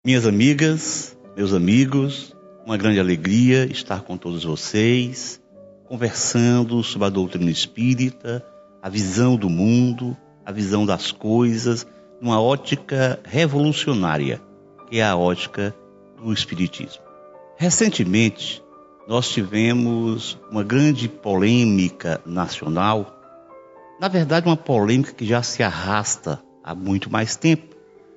Minhas amigas, meus amigos, uma grande alegria estar com todos vocês, conversando sobre a doutrina espírita, a visão do mundo, a visão das coisas, numa ótica revolucionária, que é a ótica do espiritismo. Recentemente, nós tivemos uma grande polêmica nacional, na verdade uma polêmica que já se arrasta há muito mais tempo,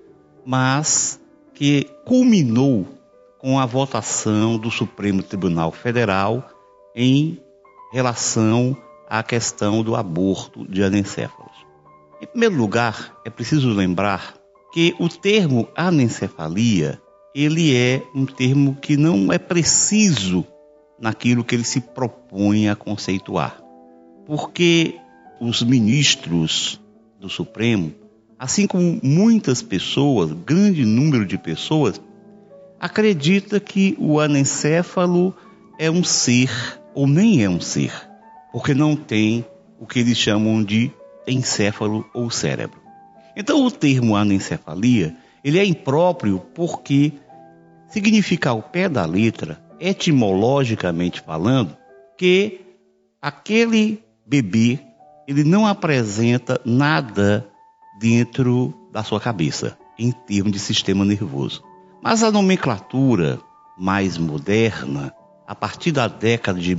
mas que culminou com a votação do Supremo Tribunal Federal em relação à questão do aborto de anencéfalos. Em primeiro lugar, é preciso lembrar que o termo anencefalia, ele é um termo que não é preciso naquilo que ele se propõe a conceituar. Porque os ministros do Supremo, assim como muitas pessoas, grande número de pessoas, acredita que o anencéfalo é um ser, ou nem é um ser, porque não tem o que eles chamam de encéfalo ou cérebro. Então o termo anencefalia, ele é impróprio porque significa ao pé da letra, etimologicamente falando, que aquele bebê, ele não apresenta nada dentro da sua cabeça, em termos de sistema nervoso. Mas a nomenclatura mais moderna, a partir da década de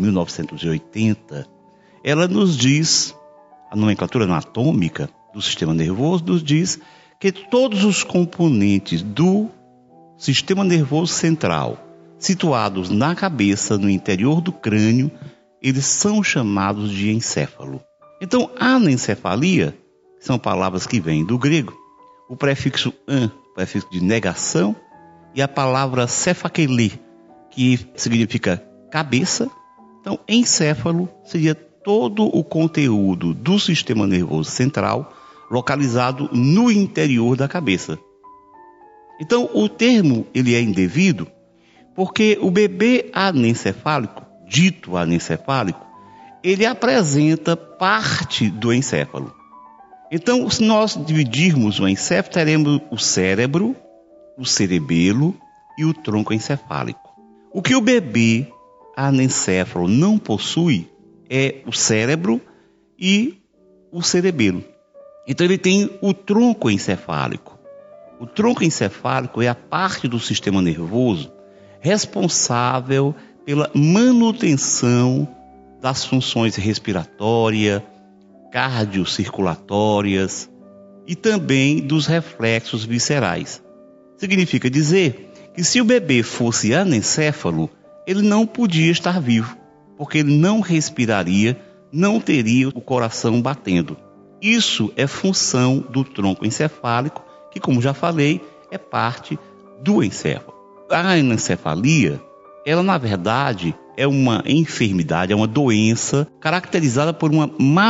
1980, ela nos diz, a nomenclatura anatômica do sistema nervoso nos diz que todos os componentes do sistema nervoso central, situados na cabeça, no interior do crânio, eles são chamados de encéfalo. Então, a anencefalia são palavras que vêm do grego, o prefixo an, prefixo de negação, e a palavra cephakelê, que significa cabeça. Então, encéfalo seria todo o conteúdo do sistema nervoso central localizado no interior da cabeça. Então, o termo ele é indevido porque o bebê anencefálico, dito anencefálico, ele apresenta parte do encéfalo. Então, se nós dividirmos o encéfalo, teremos o cérebro, o cerebelo e o tronco encefálico. O que o bebê anencéfalo não possui é o cérebro e o cerebelo. Então, ele tem o tronco encefálico. O tronco encefálico é a parte do sistema nervoso responsável pela manutenção das funções respiratórias, cardiocirculatórias e também dos reflexos viscerais. Significa dizer que se o bebê fosse anencéfalo, ele não podia estar vivo, porque ele não respiraria, não teria o coração batendo. Isso é função do tronco encefálico, que, como já falei, é parte do encéfalo. A anencefalia, ela na verdade é uma enfermidade, é uma doença caracterizada por uma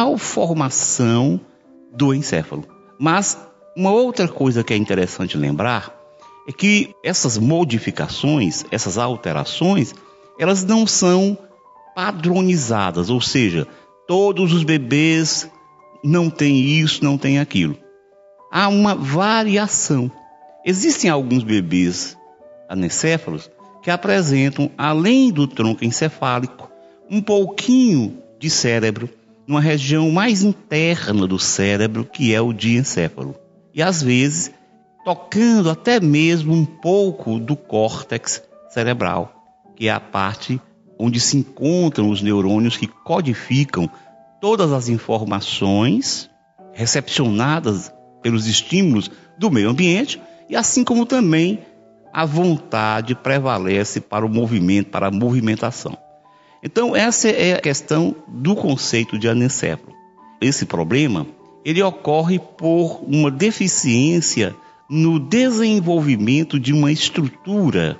malformação do encéfalo. Mas uma outra coisa que é interessante lembrar é que essas modificações, essas alterações, elas não são padronizadas, ou seja, todos os bebês não têm isso, não têm aquilo. Há uma variação. Existem alguns bebês anencéfalos que apresentam, além do tronco encefálico, um pouquinho de cérebro, numa região mais interna do cérebro, que é o diencéfalo. E às vezes, tocando até mesmo um pouco do córtex cerebral, que é a parte onde se encontram os neurônios que codificam todas as informações recepcionadas pelos estímulos do meio ambiente, e assim como também a vontade prevalece para o movimento, para a movimentação. Então, essa é a questão do conceito de anencéfalo. Esse problema, ele ocorre por uma deficiência no desenvolvimento de uma estrutura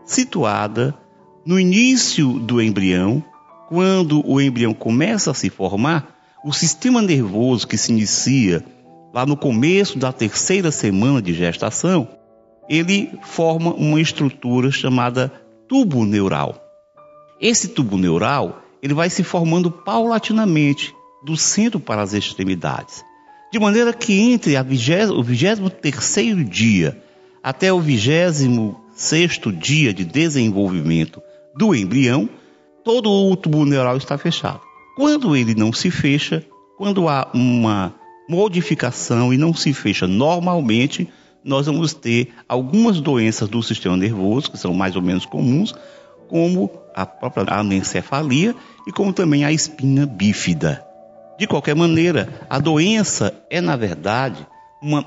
situada no início do embrião. Quando o embrião começa a se formar, o sistema nervoso que se inicia lá no começo da 3ª semana de gestação, ele forma uma estrutura chamada tubo neural. Esse tubo neural, ele vai se formando paulatinamente do centro para as extremidades. De maneira que entre o 23º dia até o 26º dia de desenvolvimento do embrião, todo o tubo neural está fechado. Quando ele não se fecha, quando há uma modificação e não se fecha normalmente, nós vamos ter algumas doenças do sistema nervoso, que são mais ou menos comuns, como a própria anencefalia e como também a espina bífida. De qualquer maneira, a doença é, na verdade, uma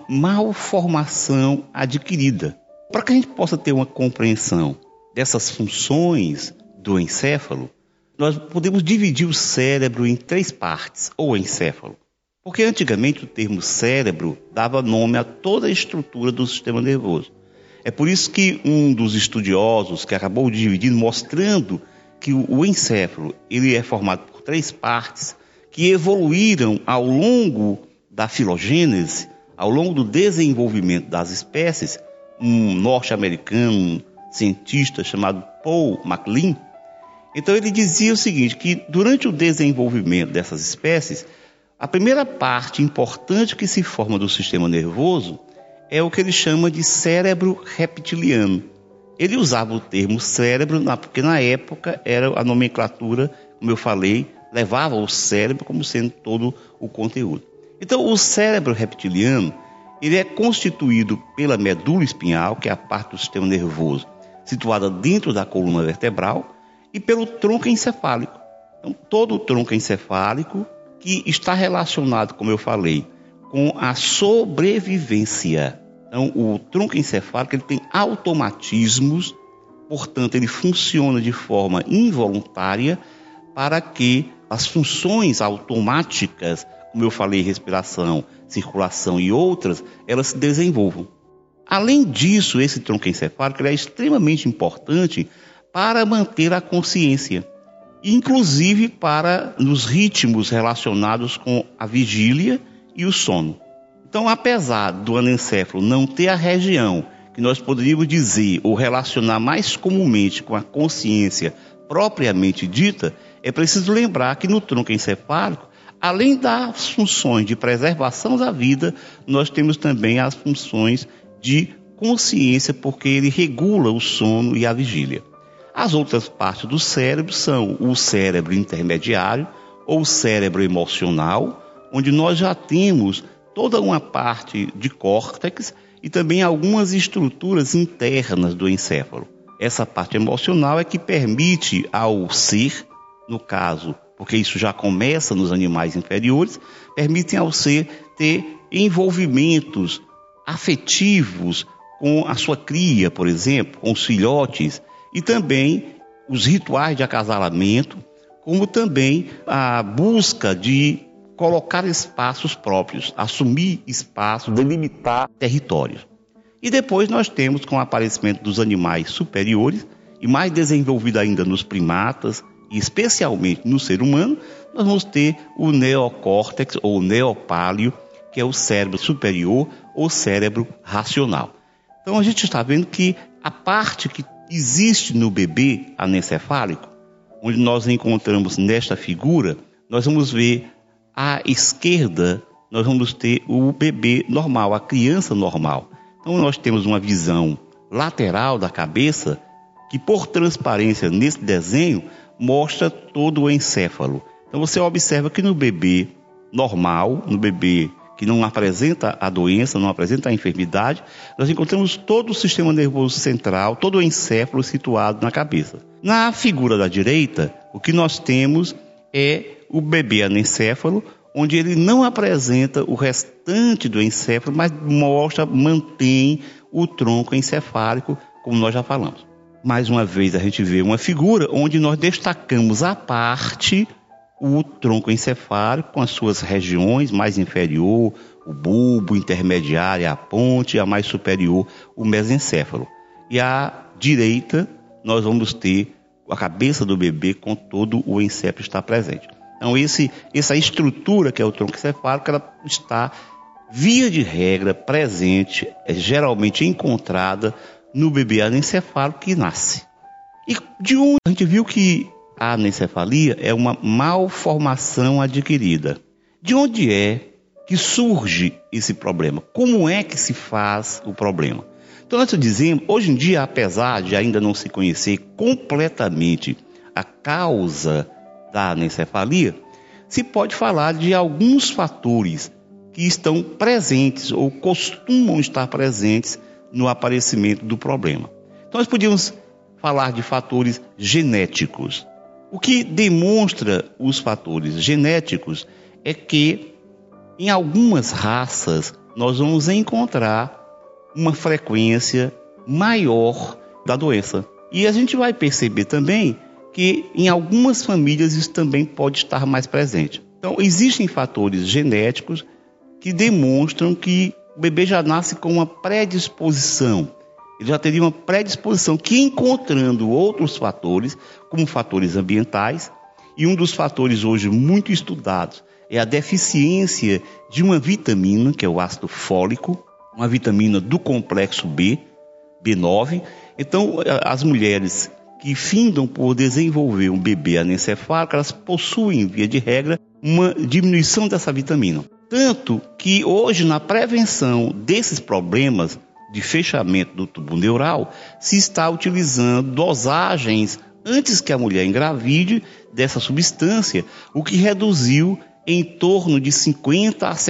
malformação adquirida. Para que a gente possa ter uma compreensão dessas funções do encéfalo, nós podemos dividir o cérebro em 3 partes, ou encéfalo. Porque antigamente o termo cérebro dava nome a toda a estrutura do sistema nervoso. É por isso que um dos estudiosos que acabou dividindo, mostrando que o encéfalo ele é formado por 3 partes que evoluíram ao longo da filogênese, ao longo do desenvolvimento das espécies. Um norte-americano, um cientista chamado Paul MacLean, então ele dizia o seguinte, que durante o desenvolvimento dessas espécies, a primeira parte importante que se forma do sistema nervoso é o que ele chama de cérebro reptiliano. Ele usava o termo cérebro porque na época era a nomenclatura, como eu falei, levava o cérebro como sendo todo o conteúdo. Então o cérebro reptiliano ele é constituído pela medula espinhal, que é a parte do sistema nervoso situada dentro da coluna vertebral, e pelo tronco encefálico. Então todo o tronco encefálico que está relacionado, como eu falei, com a sobrevivência. Então, o tronco encefálico ele tem automatismos, portanto, ele funciona de forma involuntária para que as funções automáticas, como eu falei, respiração, circulação e outras, elas se desenvolvam. Além disso, esse tronco encefálico ele é extremamente importante para manter a consciência, inclusive para nos ritmos relacionados com a vigília e o sono. Então, apesar do anencéfalo não ter a região que nós poderíamos dizer ou relacionar mais comumente com a consciência propriamente dita, é preciso lembrar que no tronco encefálico, além das funções de preservação da vida, nós temos também as funções de consciência, porque ele regula o sono e a vigília. As outras partes do cérebro são o cérebro intermediário ou o cérebro emocional, onde nós já temos toda uma parte de córtex e também algumas estruturas internas do encéfalo. Essa parte emocional é que permite ao ser, no caso, porque isso já começa nos animais inferiores, permitem ao ser ter envolvimentos afetivos com a sua cria, por exemplo, com os filhotes, e também os rituais de acasalamento, como também a busca de colocar espaços próprios, assumir espaços, delimitar territórios. E depois nós temos, com o aparecimento dos animais superiores, e mais desenvolvido ainda nos primatas, e especialmente no ser humano, nós vamos ter o neocórtex ou neopálio, que é o cérebro superior ou cérebro racional. Então a gente está vendo que a parte que existe no bebê anencefálico, onde nós encontramos nesta figura, nós vamos ver à esquerda, nós vamos ter o bebê normal, a criança normal. Então nós temos uma visão lateral da cabeça, que por transparência nesse desenho, mostra todo o encéfalo. Então você observa que no bebê normal, no bebê que não apresenta a doença, não apresenta a enfermidade, nós encontramos todo o sistema nervoso central, todo o encéfalo situado na cabeça. Na figura da direita, o que nós temos é o bebê anencéfalo, onde ele não apresenta o restante do encéfalo, mas mantém o tronco encefálico, como nós já falamos. Mais uma vez a gente vê uma figura onde nós destacamos a parte o tronco encefálico com as suas regiões mais inferior, o bulbo, intermediária, a ponte, e a mais superior, o mesencéfalo. E à direita, nós vamos ter a cabeça do bebê com todo o encéfalo está presente. Então, essa estrutura que é o tronco encefálico, ela está, via de regra, presente, é geralmente encontrada no bebê anencefálico que nasce. E de onde a gente viu que a anencefalia é uma malformação adquirida. De onde é que surge esse problema? Como é que se faz o problema? Então nós dizemos, hoje em dia, apesar de ainda não se conhecer completamente a causa da anencefalia, se pode falar de alguns fatores que estão presentes ou costumam estar presentes no aparecimento do problema. Então nós podíamos falar de fatores genéticos. O que demonstra os fatores genéticos é que em algumas raças nós vamos encontrar uma frequência maior da doença. E a gente vai perceber também que em algumas famílias isso também pode estar mais presente. Então existem fatores genéticos que demonstram que o bebê já nasce com uma predisposição. Ele já teria uma predisposição que, encontrando outros fatores, como fatores ambientais, e um dos fatores hoje muito estudados é a deficiência de uma vitamina, que é o ácido fólico, uma vitamina do complexo B, B9. Então, as mulheres que findam por desenvolver um bebê anencefálico, elas possuem, via de regra, uma diminuição dessa vitamina. Tanto que hoje, na prevenção desses problemas de fechamento do tubo neural, se está utilizando dosagens antes que a mulher engravide dessa substância, o que reduziu em torno de 50% a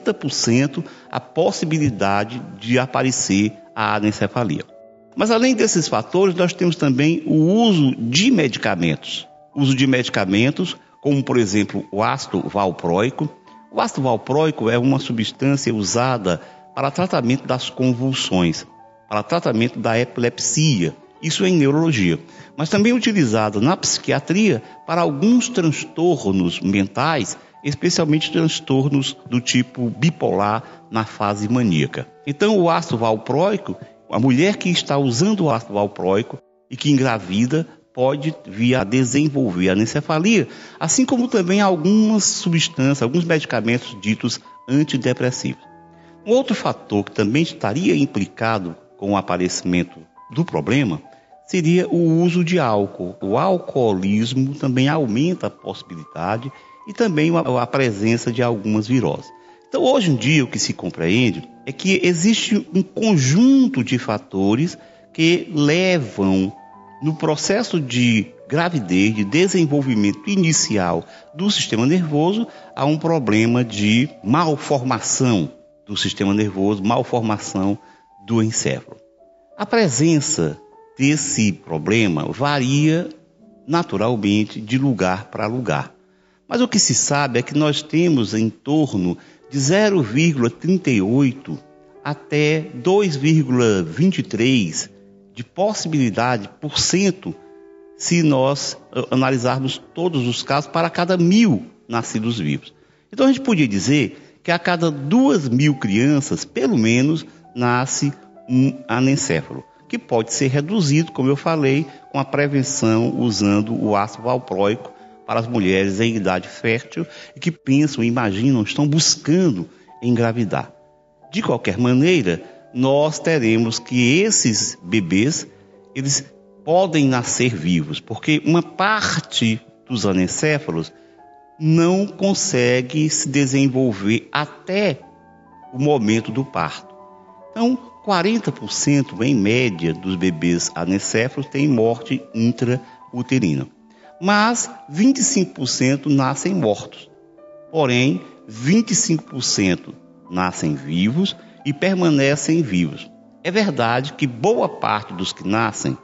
70% a possibilidade de aparecer a anencefalia. Mas além desses fatores, nós temos também o uso de medicamentos. O uso de medicamentos, como por exemplo o ácido valproico. O ácido valproico é uma substância usada para tratamento das convulsões, para tratamento da epilepsia, isso é em neurologia, mas também utilizado na psiquiatria para alguns transtornos mentais, especialmente transtornos do tipo bipolar na fase maníaca. Então o ácido valproico, a mulher que está usando o ácido valproico e que engravida pode vir a desenvolver a anencefalia, assim como também algumas substâncias, alguns medicamentos ditos antidepressivos. Um outro fator que também estaria implicado com o aparecimento do problema seria o uso de álcool. O alcoolismo também aumenta a possibilidade e também a presença de algumas viroses. Então, hoje em dia, o que se compreende é que existe um conjunto de fatores que levam, no processo de gravidez, de desenvolvimento inicial do sistema nervoso, a um problema de malformação do sistema nervoso, malformação do encéfalo. A presença desse problema varia naturalmente de lugar para lugar. Mas o que se sabe é que nós temos em torno de 0,38 até 2,23 de possibilidade por cento se nós analisarmos todos os casos para cada 1.000 nascidos vivos. Então a gente podia dizer que a cada 2.000 crianças, pelo menos, nasce um anencéfalo, que pode ser reduzido, como eu falei, com a prevenção usando o ácido valproico para as mulheres em idade fértil e que pensam, imaginam, estão buscando engravidar. De qualquer maneira, nós teremos que esses bebês, eles podem nascer vivos, porque uma parte dos anencéfalos não consegue se desenvolver até o momento do parto. Então, 40% em média dos bebês anencéfalos têm morte intrauterina, mas 25% nascem mortos. Porém, 25% nascem vivos e permanecem vivos. É verdade que boa parte dos que nascem,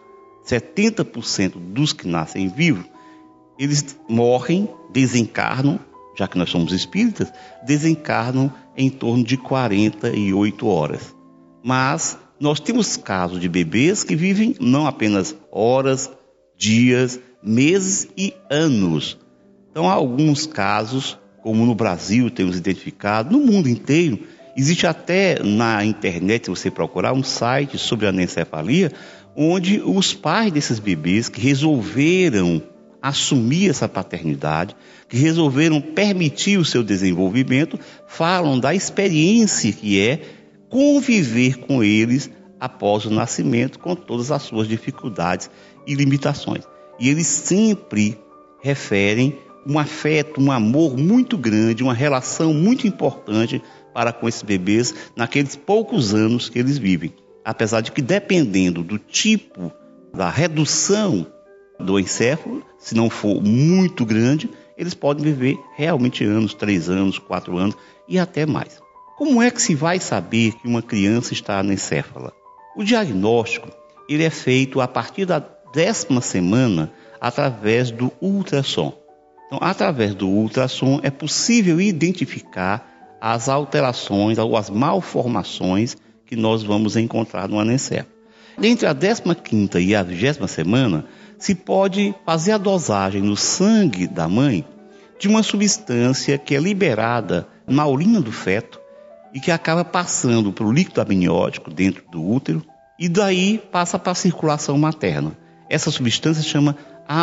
70% dos que nascem vivos, eles morrem, desencarnam, já que nós somos espíritas, desencarnam em torno de 48 horas. Mas nós temos casos de bebês que vivem não apenas horas, dias, meses e anos. Então há alguns casos, como no Brasil temos identificado, no mundo inteiro, existe até na internet, se você procurar, um site sobre a anencefalia, onde os pais desses bebês que resolveram assumir essa paternidade, que resolveram permitir o seu desenvolvimento, falam da experiência que é conviver com eles após o nascimento, com todas as suas dificuldades e limitações. E eles sempre referem um afeto, um amor muito grande, uma relação muito importante para com esses bebês naqueles poucos anos que eles vivem. apesar de que dependendo do tipo da redução do encéfalo, se não for muito grande, eles podem viver realmente anos, 3 anos, 4 anos e até mais. Como é que se vai saber que uma criança está anencéfala? O diagnóstico ele é feito a partir da 10ª semana através do ultrassom. Então, através do ultrassom é possível identificar as alterações ou as malformações que nós vamos encontrar no anencéfalo. Entre a 15ª e a 20ª semana, se pode fazer a dosagem no sangue da mãe de uma substância que é liberada na urina do feto e que acaba passando para o líquido amniótico dentro do útero e daí passa para a circulação materna. Essa substância se chama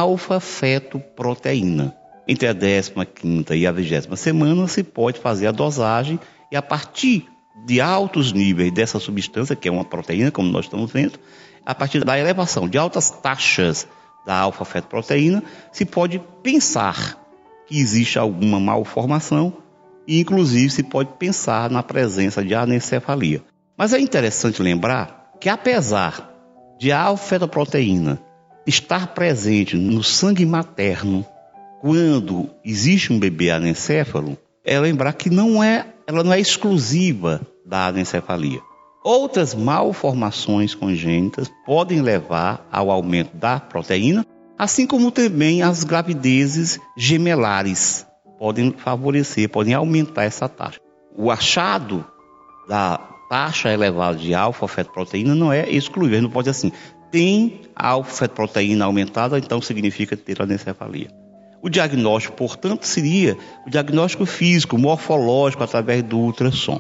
alfa-fetoproteína. Entre a 15ª e a 20ª semana se pode fazer a dosagem e a partir de altos níveis dessa substância, que é uma proteína, como nós estamos vendo, a partir da elevação de altas taxas da alfa-fetoproteína, se pode pensar que existe alguma malformação e, inclusive, se pode pensar na presença de anencefalia. Mas é interessante lembrar que, apesar de a alfa-fetoproteína estar presente no sangue materno quando existe um bebê anencéfalo, é lembrar que ela não é exclusiva da anencefalia. Outras malformações congênitas podem levar ao aumento da proteína, assim como também as gravidezes gemelares podem favorecer, podem aumentar essa taxa. O achado da taxa elevada de alfa-fetoproteína não é excluível, não pode dizer assim, tem alfa-fetoproteína aumentada, então significa ter anencefalia. O diagnóstico, portanto, seria o diagnóstico físico, morfológico, através do ultrassom.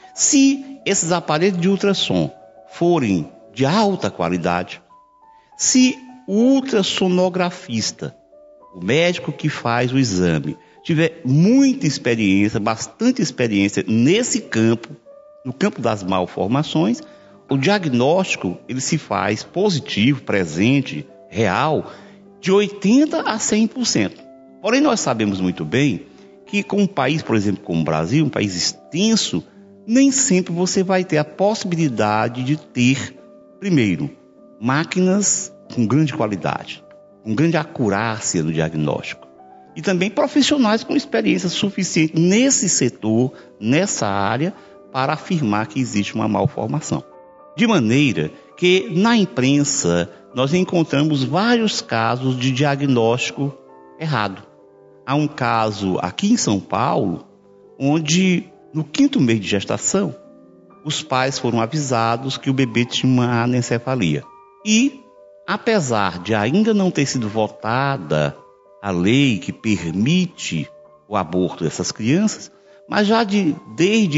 Se esses aparelhos de ultrassom forem de alta qualidade, se o ultrassonografista, o médico que faz o exame, tiver muita experiência, bastante experiência nesse campo, no campo das malformações, o diagnóstico ele se faz positivo, presente, real, de 80% a 100%. Porém, nós sabemos muito bem que com um país, por exemplo, como o Brasil, um país extenso, nem sempre você vai ter a possibilidade de ter, primeiro, máquinas com grande qualidade, com grande acurácia no diagnóstico. E também profissionais com experiência suficiente nesse setor, nessa área, para afirmar que existe uma malformação. De maneira que, na imprensa, nós encontramos vários casos de diagnóstico errado. Há um caso aqui em São Paulo, onde no 5º mês de gestação, os pais foram avisados que o bebê tinha uma anencefalia. E, apesar de ainda não ter sido votada a lei que permite o aborto dessas crianças, mas já desde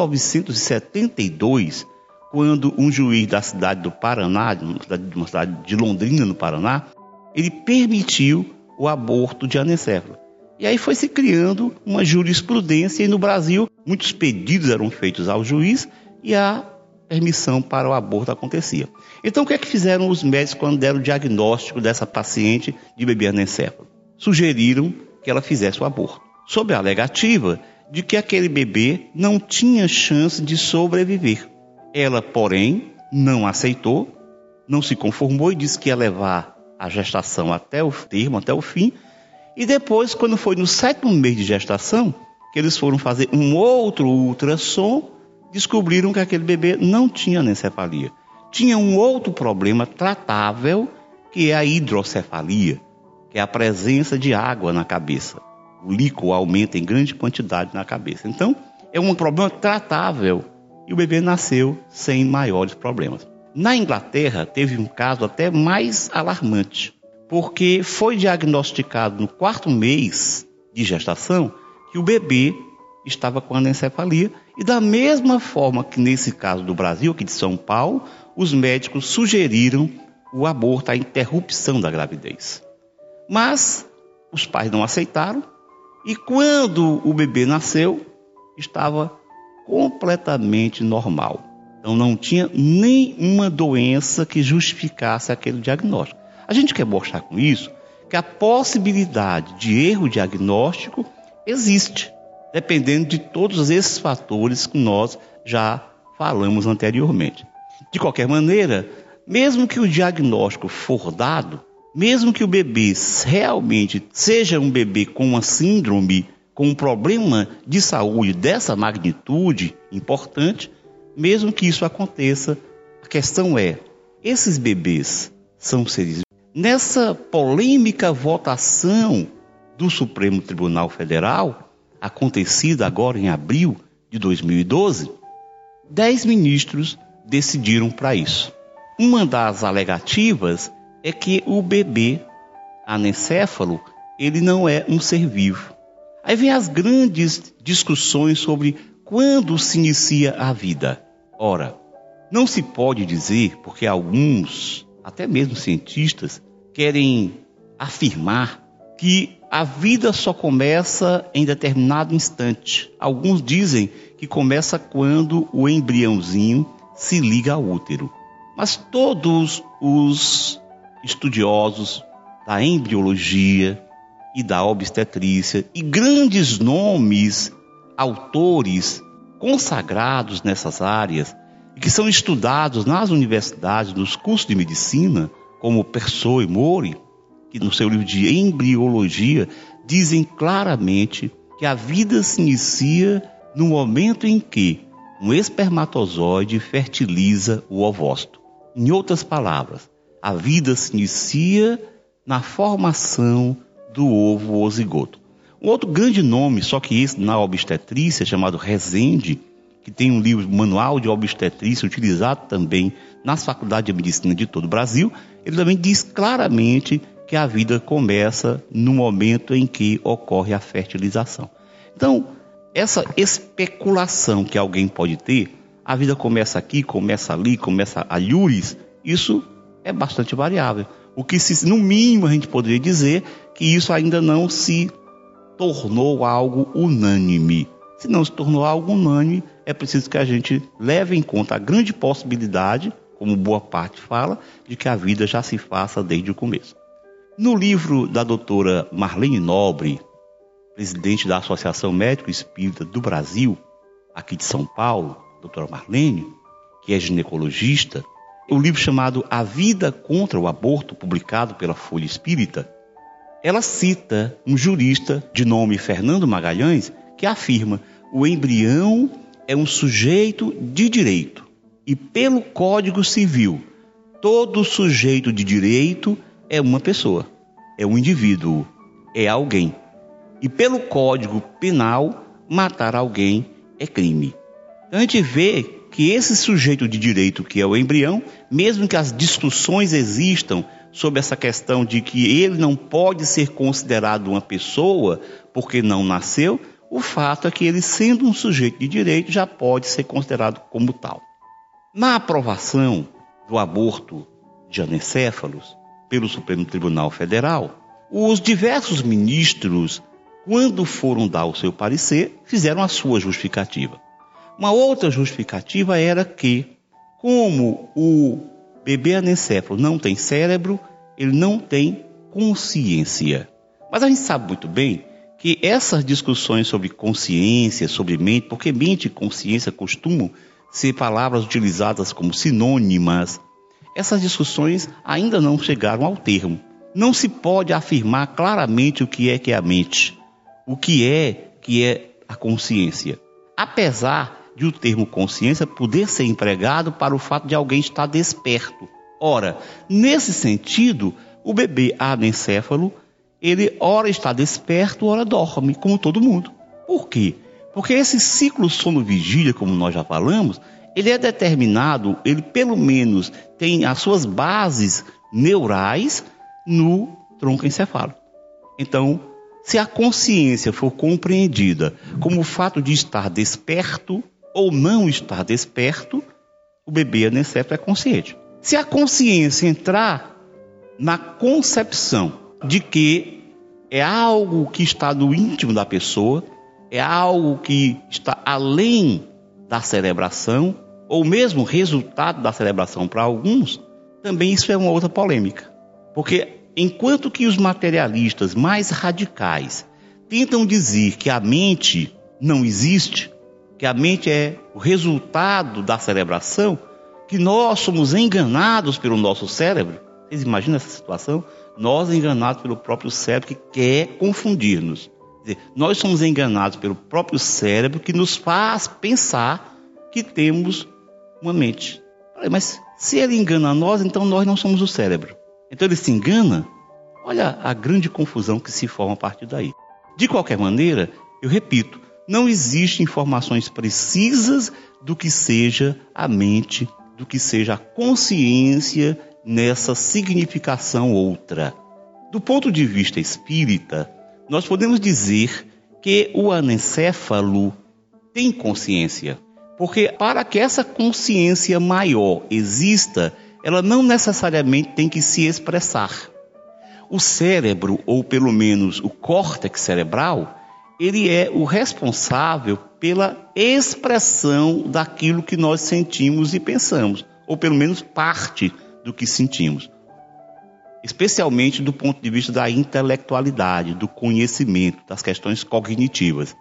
1972, quando um juiz da cidade do Paraná, de uma cidade de Londrina, no Paraná, ele permitiu o aborto de anencefalo. E aí foi se criando uma jurisprudência e no Brasil muitos pedidos eram feitos ao juiz e a permissão para o aborto acontecia. Então o que é que fizeram os médicos quando deram o diagnóstico dessa paciente de bebê anencefalo? Sugeriram que ela fizesse o aborto, sob a alegativa de que aquele bebê não tinha chance de sobreviver. Ela, porém, não aceitou, não se conformou e disse que ia levar a gestação até o termo, até o fim. E depois, quando foi no 7º mês de gestação, que eles foram fazer um outro ultrassom, descobriram que aquele bebê não tinha anencefalia. Tinha um outro problema tratável, que é a hidrocefalia, que é a presença de água na cabeça. O líquido aumenta em grande quantidade na cabeça. Então, é um problema tratável e o bebê nasceu sem maiores problemas. Na Inglaterra, teve um caso até mais alarmante, porque foi diagnosticado no 4º mês de gestação que o bebê estava com anencefalia e da mesma forma que nesse caso do Brasil, aqui de São Paulo, os médicos sugeriram o aborto, a interrupção da gravidez. Mas os pais não aceitaram e quando o bebê nasceu, estava completamente normal. Então não tinha nenhuma doença que justificasse aquele diagnóstico. A gente quer mostrar com isso que a possibilidade de erro diagnóstico existe, dependendo de todos esses fatores que nós já falamos anteriormente. De qualquer maneira, mesmo que o diagnóstico for dado, mesmo que o bebê realmente seja um bebê com uma síndrome, com um problema de saúde dessa magnitude importante, mesmo que isso aconteça, a questão é, esses bebês são seres vivos? Nessa polêmica votação do Supremo Tribunal Federal, acontecida agora em abril de 2012, 10 ministros decidiram para isso. Uma das alegativas é que o bebê anencéfalo, ele não é um ser vivo. Aí vem as grandes discussões sobre quando se inicia a vida. Ora, não se pode dizer, porque alguns, até mesmo cientistas, querem afirmar que a vida só começa em determinado instante. Alguns dizem que começa quando o embriãozinho se liga ao útero. Mas todos os estudiosos da embriologia e da obstetrícia e grandes nomes, autores consagrados nessas áreas e que são estudados nas universidades, nos cursos de medicina, como Perseu e Mori, que no seu livro de embriologia dizem claramente que a vida se inicia no momento em que um espermatozoide fertiliza o ovócito. Em outras palavras, a vida se inicia na formação do ovo ou zigoto. Um outro grande nome, só que esse na obstetrícia, chamado Rezende, que tem um livro, Manual de Obstetrícia, utilizado também nas faculdades de medicina de todo o Brasil, ele também diz claramente que a vida começa no momento em que ocorre a fertilização. Então, essa especulação que alguém pode ter, a vida começa aqui, começa ali, começa alhures, isso é bastante variável. O que, no mínimo, a gente poderia dizer que isso ainda não se tornou algo unânime. Se não se tornou algo unânime, é preciso que a gente leve em conta a grande possibilidade, como boa parte fala, de que a vida já se faça desde o começo. No livro da doutora Marlene Nobre, presidente da Associação Médico Espírita do Brasil, aqui de São Paulo, doutora Marlene, que é ginecologista, o livro chamado A Vida contra o Aborto, publicado pela Folha Espírita, ela cita um jurista de nome Fernando Magalhães, que afirma: o embrião é um sujeito de direito e, pelo Código Civil, todo sujeito de direito é uma pessoa, é um indivíduo, é alguém. E pelo Código Penal, matar alguém é crime. Então a gente vê que esse sujeito de direito, que é o embrião, mesmo que as discussões existam sobre essa questão de que ele não pode ser considerado uma pessoa porque não nasceu, o fato é que ele, sendo um sujeito de direito, já pode ser considerado como tal. Na aprovação do aborto de anencéfalos pelo Supremo Tribunal Federal, os diversos ministros, quando foram dar o seu parecer, fizeram a sua justificativa. Uma outra justificativa era que, como o bebê anencéfalo não tem cérebro, ele não tem consciência. Mas a gente sabe muito bem que essas discussões sobre consciência, sobre mente, porque mente e consciência costumam ser palavras utilizadas como sinônimas, essas discussões ainda não chegaram ao termo. Não se pode afirmar claramente o que é a mente, o que é a consciência. Apesar de o termo consciência poder ser empregado para o fato de alguém estar desperto. Ora, nesse sentido, o bebê anencéfalo, ele ora está desperto, ora dorme, como todo mundo. Por quê? Porque esse ciclo sono-vigília, como nós já falamos, ele é determinado, ele pelo menos tem as suas bases neurais no tronco encefálico. Então, se a consciência for compreendida como o fato de estar desperto ou não estar desperto, o bebê anencéfalo é consciente. Se a consciência entrar na concepção de que é algo que está no íntimo da pessoa, é algo que está além da celebração, ou mesmo resultado da celebração para alguns, também isso é uma outra polêmica. Porque enquanto que os materialistas mais radicais tentam dizer que a mente não existe, que a mente é o resultado da celebração, que nós somos enganados pelo nosso cérebro. Vocês imaginam essa situação? Nós enganados pelo próprio cérebro que quer confundir-nos. Quer dizer, nós somos enganados pelo próprio cérebro que nos faz pensar que temos uma mente. Mas se ele engana nós, então nós não somos o cérebro. Então ele se engana. Olha a grande confusão que se forma a partir daí. De qualquer maneira, eu repito, não existem informações precisas do que seja a mente, do que seja a consciência nessa significação outra. Do ponto de vista espírita, nós podemos dizer que o anencéfalo tem consciência. Porque para que essa consciência maior exista, ela não necessariamente tem que se expressar. O cérebro, ou pelo menos o córtex cerebral, ele é o responsável pela expressão daquilo que nós sentimos e pensamos, ou pelo menos parte do que sentimos. Especialmente do ponto de vista da intelectualidade, do conhecimento, das questões cognitivas.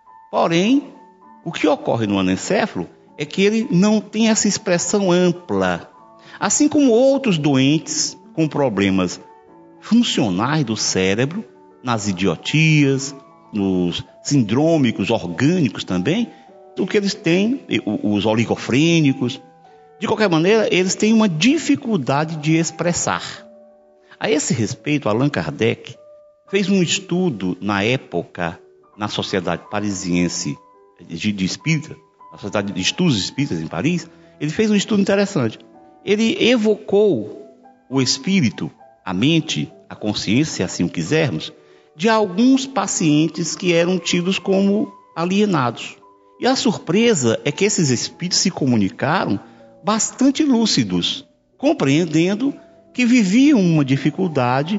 Porém, o que ocorre no anencéfalo é que ele não tem essa expressão ampla. Assim como outros doentes com problemas funcionais do cérebro, nas idiotias, nos sindrômicos orgânicos também, o que eles têm, os oligofrênicos, de qualquer maneira, eles têm uma dificuldade de expressar. A esse respeito, Allan Kardec fez um estudo na época na Sociedade Parisiense de Espírita, na Sociedade de Estudos Espíritas em Paris. Ele fez um estudo interessante. Ele evocou o espírito, a mente, a consciência, se assim o quisermos, de alguns pacientes que eram tidos como alienados. E a surpresa é que esses espíritos se comunicaram bastante lúcidos, compreendendo que viviam uma dificuldade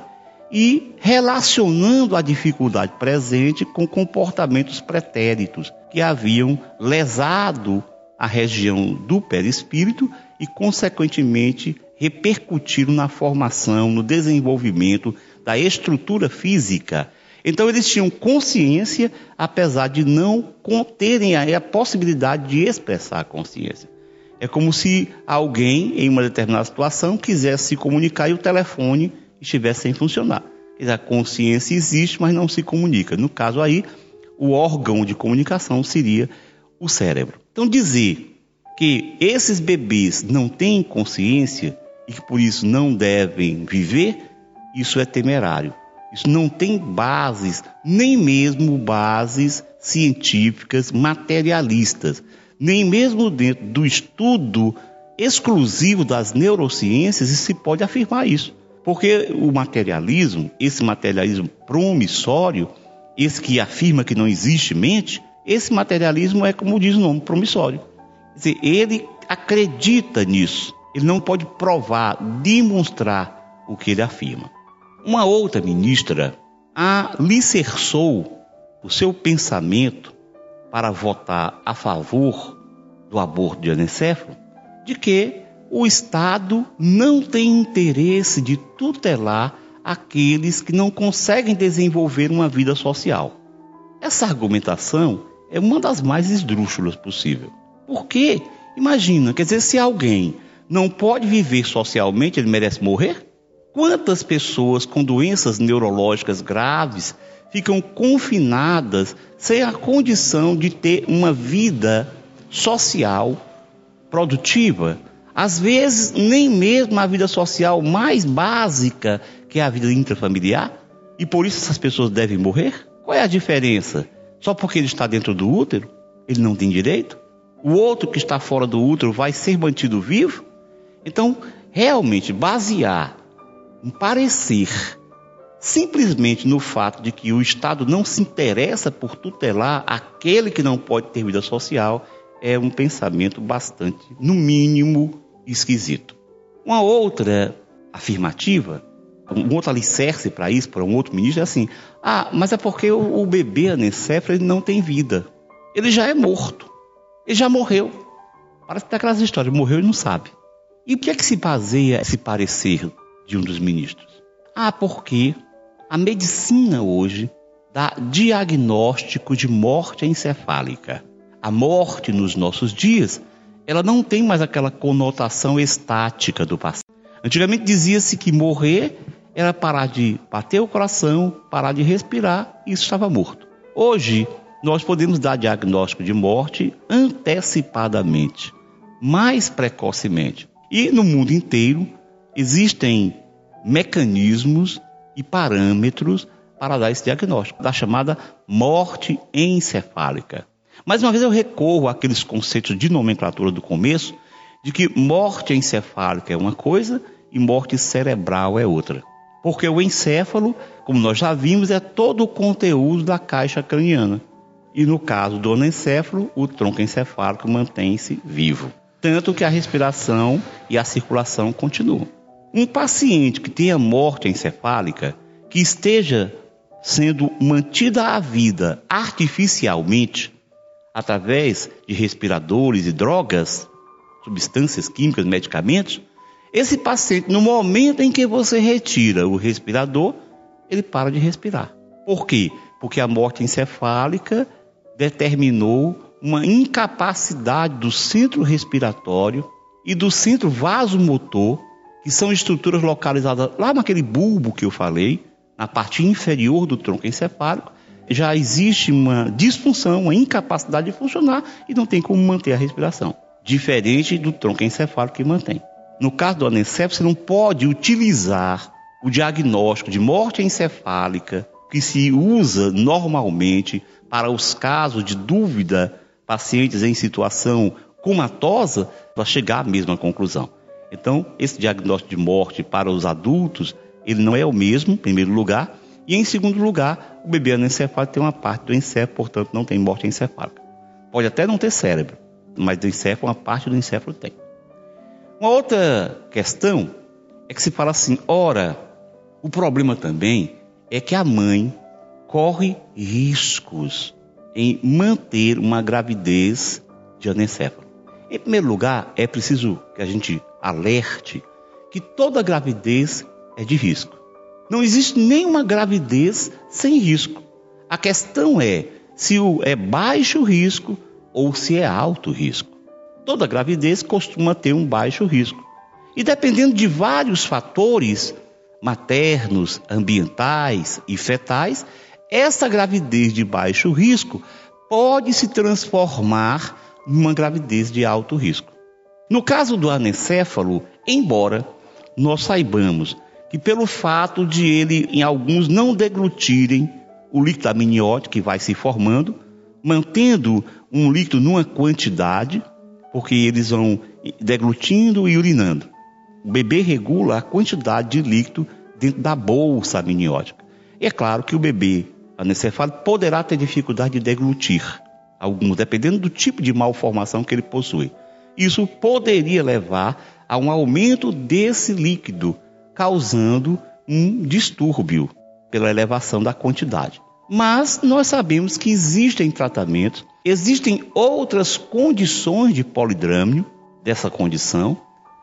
e relacionando a dificuldade presente com comportamentos pretéritos que haviam lesado a região do perispírito e, consequentemente, repercutiram na formação, no desenvolvimento da estrutura física. Então, eles tinham consciência, apesar de não terem a possibilidade de expressar a consciência. É como se alguém, em uma determinada situação, quisesse se comunicar e o telefone estivesse sem funcionar. Quer dizer, a consciência existe, mas não se comunica. No caso aí, o órgão de comunicação seria o cérebro. Então, dizer que esses bebês não têm consciência e que por isso não devem viver, isso é temerário. Isso não tem bases, nem mesmo bases científicas materialistas, nem mesmo dentro do estudo exclusivo das neurociências se pode afirmar isso. Porque o materialismo, esse materialismo promissório, esse que afirma que não existe mente, esse materialismo é, como diz o nome, promissório. Quer dizer, ele acredita nisso. Ele não pode provar, demonstrar o que ele afirma. Uma outra ministra alicerçou o seu pensamento para votar a favor do aborto de anencéfalo, de que o Estado não tem interesse de tutelar aqueles que não conseguem desenvolver uma vida social. Essa argumentação é uma das mais esdrúxulas possível. Porque, imagina, quer dizer, se alguém não pode viver socialmente, ele merece morrer? Quantas pessoas com doenças neurológicas graves ficam confinadas sem a condição de ter uma vida social produtiva? Às vezes, nem mesmo a vida social mais básica, que é a vida intrafamiliar, e por isso essas pessoas devem morrer? Qual é a diferença? Só porque ele está dentro do útero, ele não tem direito? O outro que está fora do útero vai ser mantido vivo? Então, realmente, basear um parecer simplesmente no fato de que o Estado não se interessa por tutelar aquele que não pode ter vida social é um pensamento bastante, no mínimo, esquisito. Uma outra afirmativa, um outro alicerce para isso, para um outro ministro, é assim: mas é porque o bebê anencéfalo ele não tem vida. Ele já é morto. Ele já morreu. Parece que tem aquelas histórias, morreu e não sabe. E o que é que se baseia esse parecer de um dos ministros? Porque a medicina hoje dá diagnóstico de morte encefálica. A morte nos nossos dias ela não tem mais aquela conotação estática do passado. Antigamente dizia-se que morrer era parar de bater o coração, parar de respirar e isso estava morto. Hoje, nós podemos dar diagnóstico de morte antecipadamente, mais precocemente. E no mundo inteiro existem mecanismos e parâmetros para dar esse diagnóstico, da chamada morte encefálica. Mais uma vez eu recorro àqueles conceitos de nomenclatura do começo, de que morte encefálica é uma coisa e morte cerebral é outra. Porque o encéfalo, como nós já vimos, é todo o conteúdo da caixa craniana. E no caso do anencéfalo, o tronco encefálico mantém-se vivo. Tanto que a respiração e a circulação continuam. Um paciente que tenha morte encefálica, que esteja sendo mantida à vida artificialmente, através de respiradores e drogas, substâncias químicas, medicamentos, esse paciente, no momento em que você retira o respirador, ele para de respirar. Por quê? Porque a morte encefálica determinou uma incapacidade do centro respiratório e do centro vasomotor, que são estruturas localizadas lá naquele bulbo que eu falei, na parte inferior do tronco encefálico. Já existe uma disfunção, uma incapacidade de funcionar e não tem como manter a respiração, diferente do tronco encefálico que mantém. No caso do anencéfalo, você não pode utilizar o diagnóstico de morte encefálica que se usa normalmente para os casos de dúvida, pacientes em situação comatosa, para chegar à mesma conclusão. Então, esse diagnóstico de morte para os adultos, ele não é o mesmo, em primeiro lugar, e em segundo lugar, o bebê anencefálico tem uma parte do encéfalo, portanto não tem morte encefálica. Pode até não ter cérebro, mas do encéfalo, uma parte do encéfalo tem. Uma outra questão é que se fala assim, ora, o problema também é que a mãe corre riscos em manter uma gravidez de anencéfalo. Em primeiro lugar, é preciso que a gente alerte que toda gravidez é de risco. Não existe nenhuma gravidez sem risco. A questão é se é baixo risco ou se é alto risco. Toda gravidez costuma ter um baixo risco. E dependendo de vários fatores, maternos, ambientais e fetais, essa gravidez de baixo risco pode se transformar numa gravidez de alto risco. No caso do anencéfalo, embora nós saibamos que pelo fato de ele, em alguns, não deglutirem o líquido amniótico que vai se formando, mantendo um líquido numa quantidade, porque eles vão deglutindo e urinando. O bebê regula a quantidade de líquido dentro da bolsa amniótica. E é claro que o bebê anencefálico poderá ter dificuldade de deglutir, alguns, dependendo do tipo de malformação que ele possui. Isso poderia levar a um aumento desse líquido, causando um distúrbio pela elevação da quantidade. Mas nós sabemos que existem tratamentos, existem outras condições de polidrâmio dessa condição,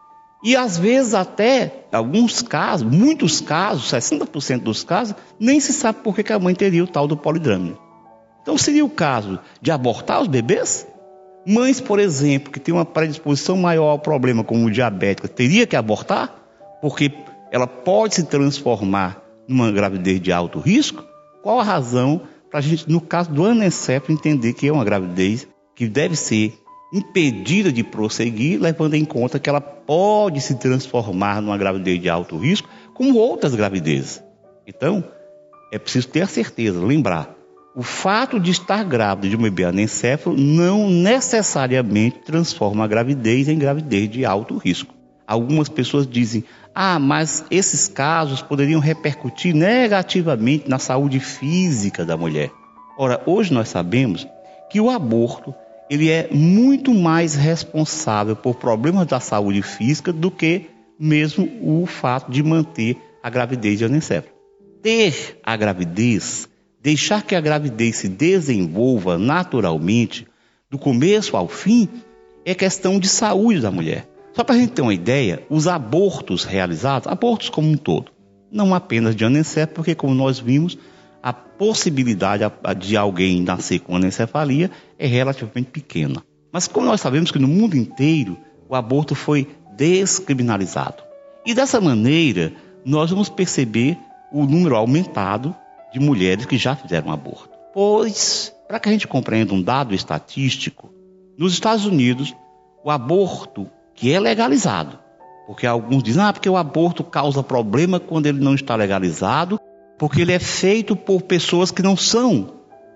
e às vezes até, alguns casos, muitos casos, 60% dos casos, nem se sabe por que a mãe teria o tal do polidrâmio. Então seria o caso de abortar os bebês? Mães, por exemplo, que têm uma predisposição maior ao problema, como diabética, teria que abortar? Porque ela pode se transformar numa gravidez de alto risco? Qual a razão para a gente, no caso do anencéfalo, entender que é uma gravidez que deve ser impedida de prosseguir, levando em conta que ela pode se transformar numa gravidez de alto risco, como outras gravidezes? Então, é preciso ter a certeza, lembrar, o fato de estar grávida de um bebê anencéfalo não necessariamente transforma a gravidez em gravidez de alto risco. Algumas pessoas dizem, mas esses casos poderiam repercutir negativamente na saúde física da mulher. Ora, hoje nós sabemos que o aborto ele é muito mais responsável por problemas da saúde física do que mesmo o fato de manter a gravidez de anencéfalo. Ter a gravidez, deixar que a gravidez se desenvolva naturalmente, do começo ao fim, é questão de saúde da mulher. Só para a gente ter uma ideia, os abortos realizados, abortos como um todo, não apenas de anencéfalo, porque como nós vimos, a possibilidade de alguém nascer com anencefalia é relativamente pequena. Mas como nós sabemos que no mundo inteiro o aborto foi descriminalizado. E dessa maneira nós vamos perceber o número aumentado de mulheres que já fizeram aborto. Pois, para que a gente compreenda um dado estatístico, nos Estados Unidos o aborto que é legalizado, porque alguns dizem, porque o aborto causa problema quando ele não está legalizado, porque ele é feito por pessoas que não são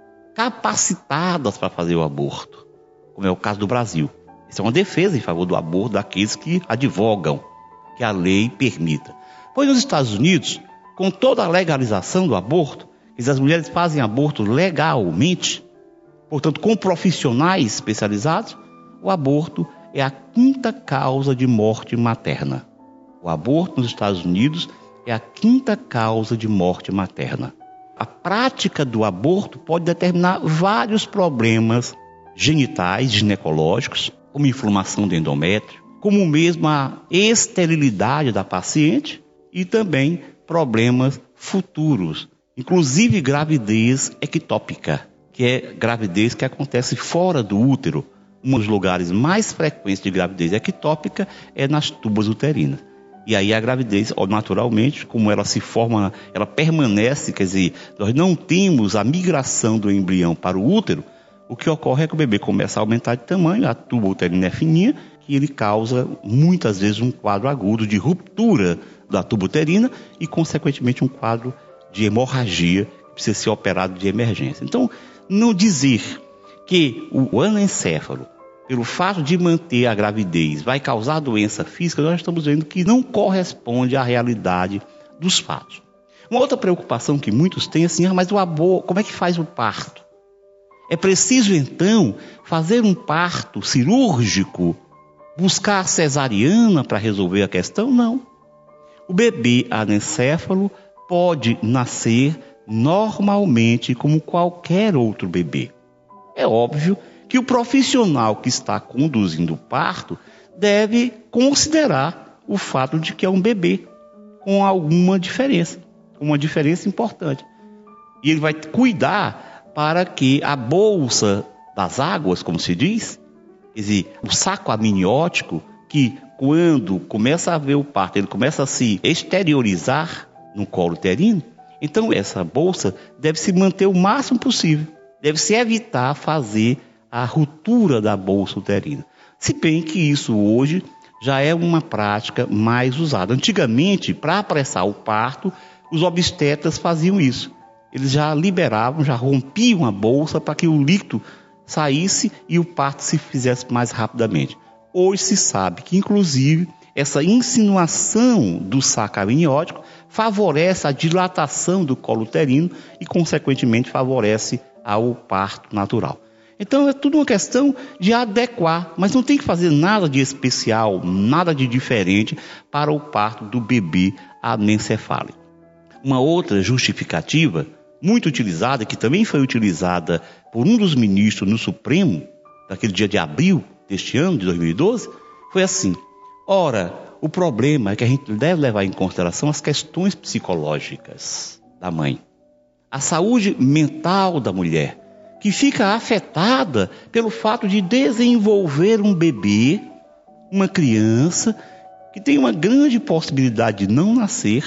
capacitadas para fazer o aborto, como é o caso do Brasil. Isso é uma defesa em favor do aborto daqueles que advogam que a lei permita. Pois nos Estados Unidos, com toda a legalização do aborto, as mulheres fazem aborto legalmente, portanto com profissionais especializados, o aborto é a 5ª causa de morte materna. O aborto nos Estados Unidos é a 5ª causa de morte materna. A prática do aborto pode determinar vários problemas genitais, ginecológicos, como inflamação do endométrio, como mesmo a esterilidade da paciente e também problemas futuros, inclusive gravidez ectópica, que é gravidez que acontece fora do útero. Um dos lugares mais frequentes de gravidez ectópica é nas tubas uterinas. E aí a gravidez, naturalmente, como ela se forma, ela permanece, quer dizer, nós não temos a migração do embrião para o útero, o que ocorre é que o bebê começa a aumentar de tamanho, a tuba uterina é fininha, e ele causa muitas vezes um quadro agudo de ruptura da tuba uterina e, consequentemente, um quadro de hemorragia que precisa ser operado de emergência. Então, não dizer que o anencéfalo, pelo fato de manter a gravidez, vai causar doença física, nós estamos vendo que não corresponde à realidade dos fatos. Uma outra preocupação que muitos têm é assim, mas o aborto, como é que faz o parto? É preciso, então, fazer um parto cirúrgico, buscar a cesariana para resolver a questão? Não. O bebê anencéfalo pode nascer normalmente como qualquer outro bebê. É óbvio que o profissional que está conduzindo o parto deve considerar o fato de que é um bebê com alguma diferença, com uma diferença importante. E ele vai cuidar para que a bolsa das águas, como se diz, quer dizer, o saco amniótico, que quando começa a haver o parto, ele começa a se exteriorizar no colo uterino, então essa bolsa deve se manter o máximo possível. Deve-se evitar fazer a ruptura da bolsa uterina. Se bem que isso hoje já é uma prática mais usada. Antigamente, para apressar o parto, os obstetras faziam isso. Eles já liberavam, já rompiam a bolsa para que o líquido saísse e o parto se fizesse mais rapidamente. Hoje se sabe que, inclusive, essa insinuação do saco amniótico favorece a dilatação do colo uterino e, consequentemente, favorece ao parto natural. Então é tudo uma questão de adequar, mas não tem que fazer nada de especial, nada de diferente para o parto do bebê anencefálico. Uma outra justificativa muito utilizada, que também foi utilizada por um dos ministros no Supremo, naquele dia de abril deste ano, de 2012, foi assim: ora, o problema é que a gente deve levar em consideração as questões psicológicas da mãe, a saúde mental da mulher, que fica afetada pelo fato de desenvolver um bebê, uma criança, que tem uma grande possibilidade de não nascer.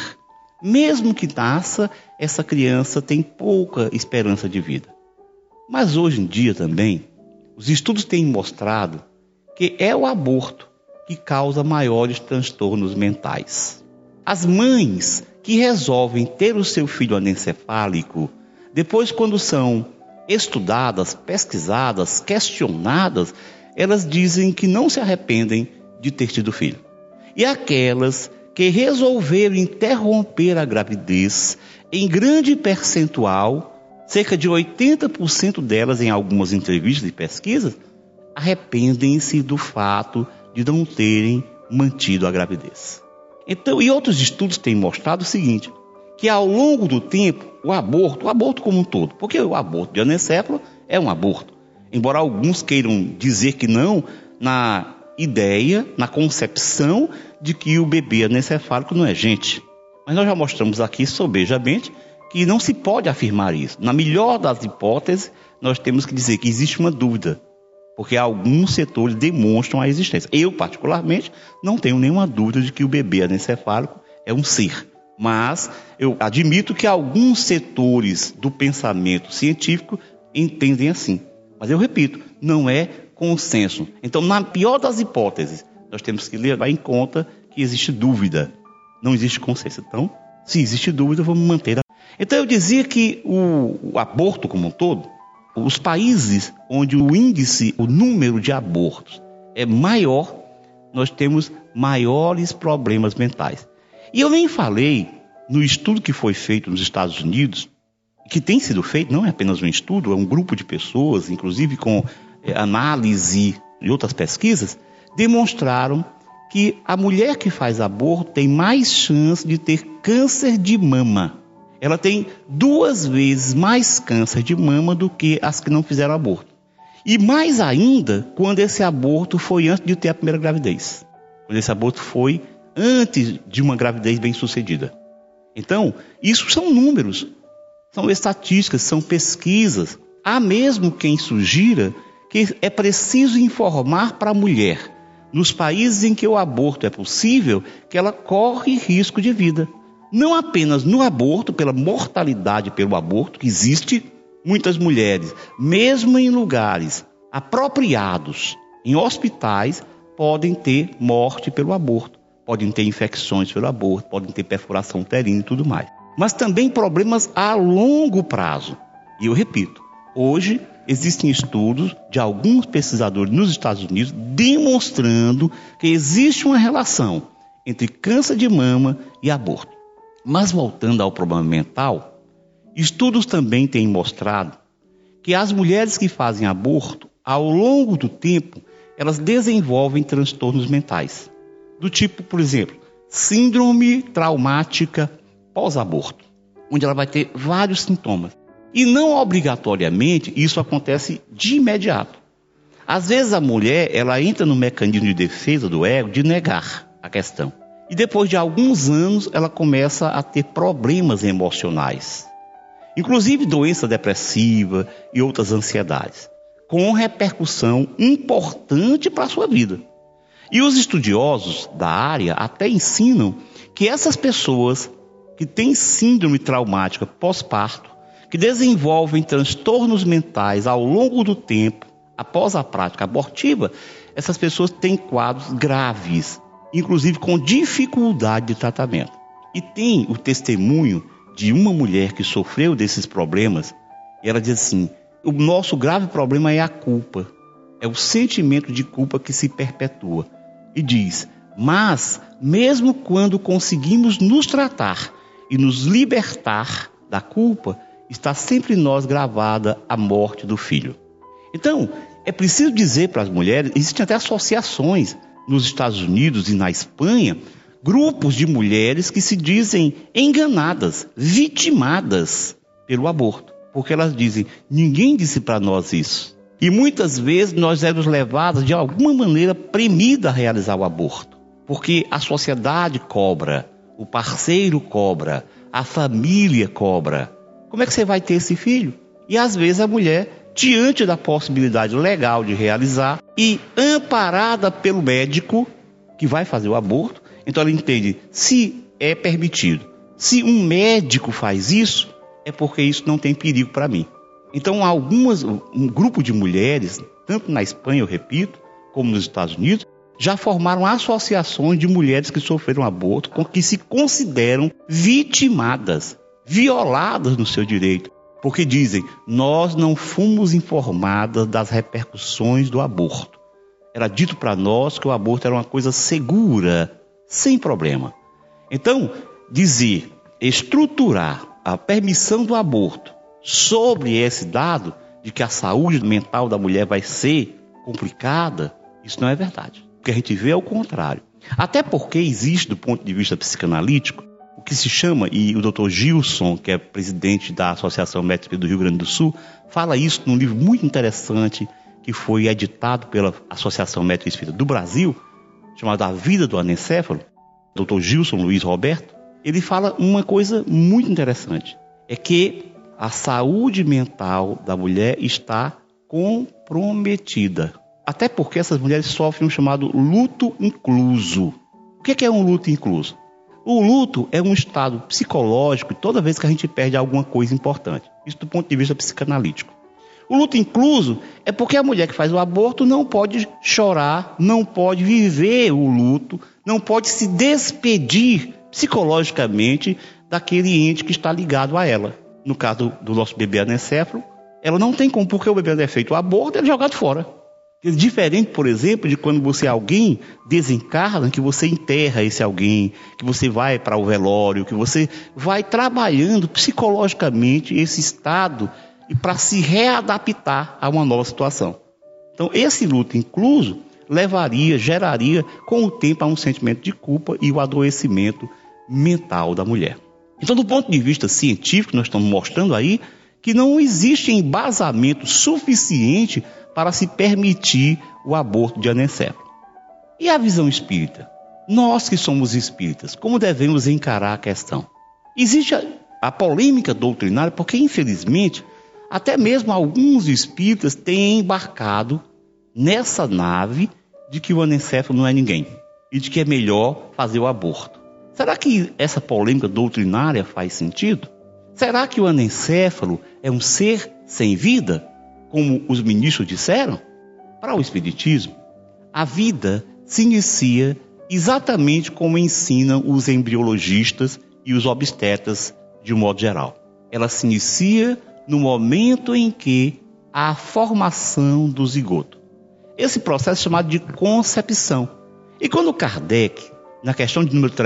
Mesmo que nasça, essa criança tem pouca esperança de vida. Mas hoje em dia também, os estudos têm mostrado que é o aborto que causa maiores transtornos mentais. As mães que resolvem ter o seu filho anencefálico, depois quando são estudadas, pesquisadas, questionadas, elas dizem que não se arrependem de ter tido filho. E aquelas que resolveram interromper a gravidez, em grande percentual, cerca de 80% delas, em algumas entrevistas e pesquisas, arrependem-se do fato de não terem mantido a gravidez. Então, e outros estudos têm mostrado o seguinte, que ao longo do tempo, o aborto como um todo, porque o aborto de anencefalo é um aborto, embora alguns queiram dizer que não, na ideia, na concepção de que o bebê anencefálico não é gente. Mas nós já mostramos aqui sobejamente que não se pode afirmar isso. Na melhor das hipóteses, nós temos que dizer que existe uma dúvida, porque alguns setores demonstram a existência. Eu, particularmente, não tenho nenhuma dúvida de que o bebê anencefálico é um ser. Mas eu admito que alguns setores do pensamento científico entendem assim. Mas eu repito, não é consenso. Então, na pior das hipóteses, nós temos que levar em conta que existe dúvida. Não existe consenso. Então, se existe dúvida, vamos manter. Então, eu dizia que o aborto como um todo, os países onde o índice, o número de abortos é maior, nós temos maiores problemas mentais. E eu nem falei no estudo que foi feito nos Estados Unidos, que tem sido feito, não é apenas um estudo, é um grupo de pessoas, inclusive com análise e outras pesquisas, demonstraram que a mulher que faz aborto tem mais chance de ter câncer de mama. Ela tem 2 vezes mais câncer de mama do que as que não fizeram aborto. E mais ainda, quando esse aborto foi antes de ter a primeira gravidez. Quando esse aborto foi antes de uma gravidez bem-sucedida. Então, isso são números, são estatísticas, são pesquisas. Há mesmo quem sugira que é preciso informar para a mulher, nos países em que o aborto é possível, que ela corre risco de vida. Não apenas no aborto, pela mortalidade pelo aborto, que existe, muitas mulheres, mesmo em lugares apropriados, em hospitais, podem ter morte pelo aborto, podem ter infecções pelo aborto, podem ter perfuração uterina e tudo mais. Mas também problemas a longo prazo. E eu repito, hoje existem estudos de alguns pesquisadores nos Estados Unidos demonstrando que existe uma relação entre câncer de mama e aborto. Mas voltando ao problema mental, estudos também têm mostrado que as mulheres que fazem aborto, ao longo do tempo, elas desenvolvem transtornos mentais. Do tipo, por exemplo, síndrome traumática pós-aborto, onde ela vai ter vários sintomas. E não obrigatoriamente isso acontece de imediato. Às vezes a mulher ela entra no mecanismo de defesa do ego de negar a questão. E depois de alguns anos ela começa a ter problemas emocionais. Inclusive doença depressiva e outras ansiedades, com repercussão importante para a sua vida. E os estudiosos da área até ensinam que essas pessoas que têm síndrome traumática pós-parto, que desenvolvem transtornos mentais ao longo do tempo, após a prática abortiva, essas pessoas têm quadros graves, inclusive com dificuldade de tratamento. E tem o testemunho de uma mulher que sofreu desses problemas, e ela diz assim: o nosso grave problema é a culpa, é o sentimento de culpa que se perpetua. E diz: mas mesmo quando conseguimos nos tratar e nos libertar da culpa, está sempre em nós gravada a morte do filho. Então, é preciso dizer para as mulheres, existem até associações nos Estados Unidos e na Espanha, grupos de mulheres que se dizem enganadas, vitimadas pelo aborto. Porque elas dizem, ninguém disse para nós isso. E muitas vezes nós éramos levadas de alguma maneira premida a realizar o aborto. Porque a sociedade cobra, o parceiro cobra, a família cobra. Como é que você vai ter esse filho? E às vezes a mulher, diante da possibilidade legal de realizar e amparada pelo médico que vai fazer o aborto, então ela entende, se é permitido, se um médico faz isso, é porque isso não tem perigo para mim. Então um grupo de mulheres, tanto na Espanha, eu repito, como nos Estados Unidos, já formaram associações de mulheres que sofreram aborto, que se consideram vitimadas, violadas no seu direito, porque dizem, nós não fomos informadas das repercussões do aborto. Era dito para nós que o aborto era uma coisa segura, sem problema. Então, dizer, estruturar a permissão do aborto sobre esse dado de que a saúde mental da mulher vai ser complicada, isso não é verdade. O que a gente vê é o contrário. Até porque existe, do ponto de vista psicanalítico, o que se chama, e o Dr. Gilson, que é presidente da Associação Médica do Rio Grande do Sul, fala isso num livro muito interessante que foi editado pela Associação Médica Espírita do Brasil, chamado A Vida do Anencéfalo, Dr. Gilson Luiz Roberto. Ele fala uma coisa muito interessante, é que a saúde mental da mulher está comprometida. Até porque essas mulheres sofrem um chamado luto incluso. O que é um luto incluso? O luto é um estado psicológico toda vez que a gente perde alguma coisa importante. Isso do ponto de vista psicanalítico. O luto incluso é porque a mulher que faz o aborto não pode chorar, não pode viver o luto, não pode se despedir psicologicamente daquele ente que está ligado a ela. No caso do nosso bebê anencefalo, ela não tem como, porque o bebê é feito o aborto, ele é jogado fora. É diferente, por exemplo, de quando você alguém desencarna, que você enterra esse alguém, que você vai para o velório, que você vai trabalhando psicologicamente esse estado e para se readaptar a uma nova situação. Então, esse luto incluso geraria com o tempo a um sentimento de culpa e o adoecimento mental da mulher. Então, do ponto de vista científico, nós estamos mostrando aí que não existe embasamento suficiente para se permitir o aborto de anencefalo. E a visão espírita? Nós que somos espíritas, como devemos encarar a questão? Existe a polêmica doutrinária, porque infelizmente até mesmo alguns espíritas têm embarcado nessa nave de que o anencefalo não é ninguém e de que é melhor fazer o aborto. Será que essa polêmica doutrinária faz sentido? Será que o anencefalo é um ser sem vida, como os ministros disseram? Para o Espiritismo, a vida se inicia exatamente como ensinam os embriologistas e os obstetras de um modo geral. Ela se inicia no momento em que há a formação do zigoto. Esse processo é chamado de concepção. E quando Kardec, na questão de número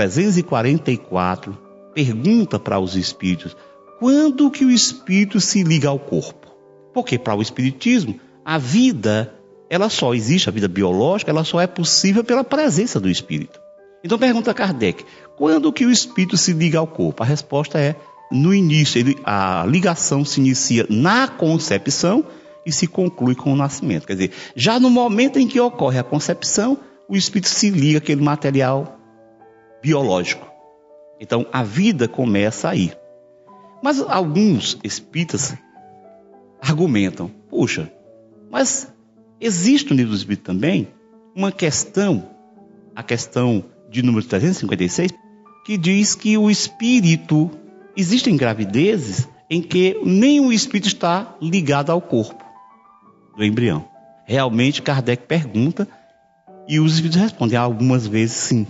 344, pergunta para os espíritos quando que o espírito se liga ao corpo? Porque para o espiritismo, a vida, ela só existe, a vida biológica, ela só é possível pela presença do espírito. Então pergunta Kardec, quando que o espírito se liga ao corpo? A resposta é no início, a ligação se inicia na concepção e se conclui com o nascimento. Quer dizer, já no momento em que ocorre a concepção, o espírito se liga àquele material biológico. Então, a vida começa aí. Mas alguns espíritas argumentam, puxa, mas existe no livro do Espírito também uma questão, a questão de número 356, que diz que o espírito, existem gravidezes em que nem o espírito está ligado ao corpo do embrião. Realmente, Kardec pergunta e os espíritos respondem algumas vezes sim.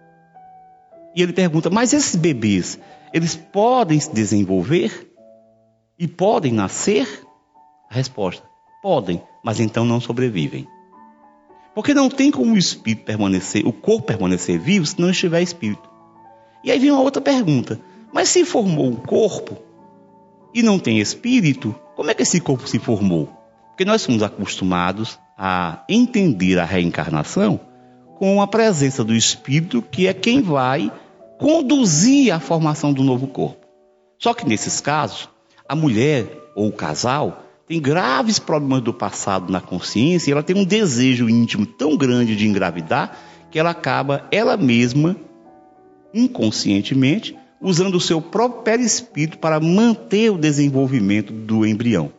E ele pergunta, mas esses bebês, eles podem se desenvolver e podem nascer? A resposta, podem, mas então não sobrevivem. Porque não tem como o espírito permanecer, o corpo permanecer vivo se não estiver espírito. E aí vem uma outra pergunta, mas se formou um corpo e não tem espírito, como é que esse corpo se formou? Porque nós somos acostumados a entender a reencarnação com a presença do espírito, que é quem vai conduzir a formação do novo corpo. Só que nesses casos, a mulher ou o casal tem graves problemas do passado na consciência e ela tem um desejo íntimo tão grande de engravidar que ela acaba, ela mesma, inconscientemente, usando o seu próprio perispírito para manter o desenvolvimento do embrião.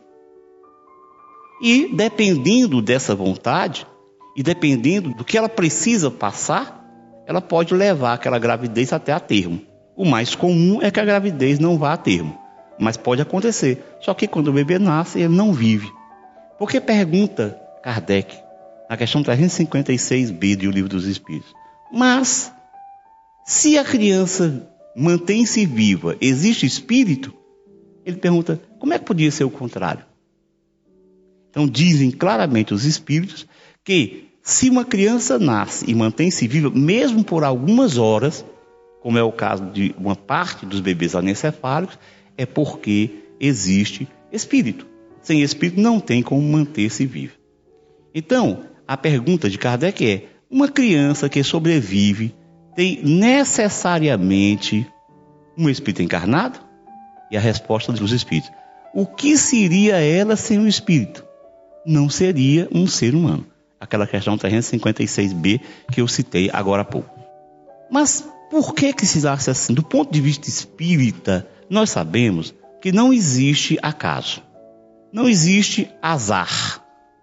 E dependendo dessa vontade, e dependendo do que ela precisa passar, ela pode levar aquela gravidez até a termo. O mais comum é que a gravidez não vá a termo, mas pode acontecer. Só que quando o bebê nasce, ele não vive. Porque pergunta Kardec, na questão 356b do Livro dos Espíritos, mas se a criança mantém-se viva, existe espírito? Ele pergunta, como é que podia ser o contrário? Então dizem claramente os espíritos que se uma criança nasce e mantém-se viva, mesmo por algumas horas, como é o caso de uma parte dos bebês anencefálicos, é porque existe espírito. Sem espírito não tem como manter-se vivo. Então, a pergunta de Kardec é, uma criança que sobrevive tem necessariamente um espírito encarnado? E a resposta dos espíritos, o que seria ela sem um espírito? Não seria um ser humano. Aquela questão 356b que eu citei agora há pouco. Mas por que se dá assim? Do ponto de vista espírita, nós sabemos que não existe acaso. Não existe azar.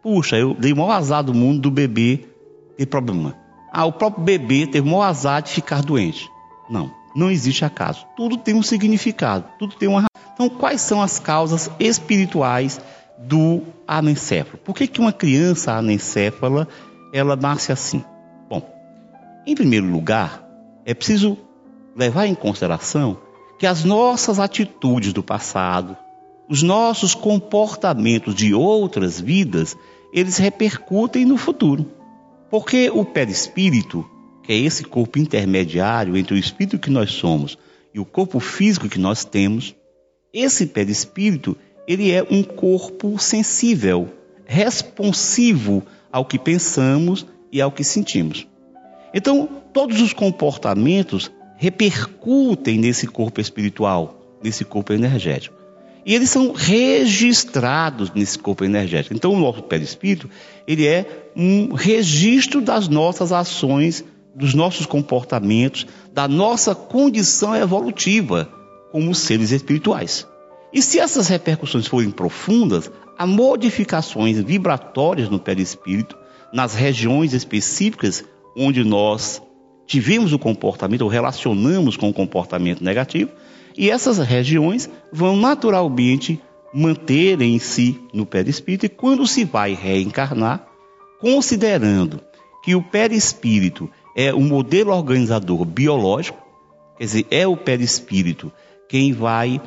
Puxa, eu dei o maior azar do mundo do bebê ter problema. O próprio bebê teve o maior azar de ficar doente. Não existe acaso. Tudo tem um significado, tudo tem uma razão. Então, quais são as causas espirituais do anencéfalo? Por que uma criança anencéfala, ela nasce assim? Bom, em primeiro lugar, é preciso levar em consideração que as nossas atitudes do passado, os nossos comportamentos de outras vidas, eles repercutem no futuro. Porque o perispírito, que é esse corpo intermediário entre o espírito que nós somos e o corpo físico que nós temos, esse perispírito, ele é um corpo sensível, responsivo ao que pensamos e ao que sentimos. Então, todos os comportamentos repercutem nesse corpo espiritual, nesse corpo energético. E eles são registrados nesse corpo energético. Então, o nosso perispírito, ele é um registro das nossas ações, dos nossos comportamentos, da nossa condição evolutiva como seres espirituais. E se essas repercussões forem profundas, há modificações vibratórias no perispírito, nas regiões específicas onde nós tivemos o comportamento ou relacionamos com o comportamento negativo, e essas regiões vão naturalmente manterem-se no perispírito, e quando se vai reencarnar, considerando que o perispírito é um modelo organizador biológico, quer dizer, é o perispírito quem vai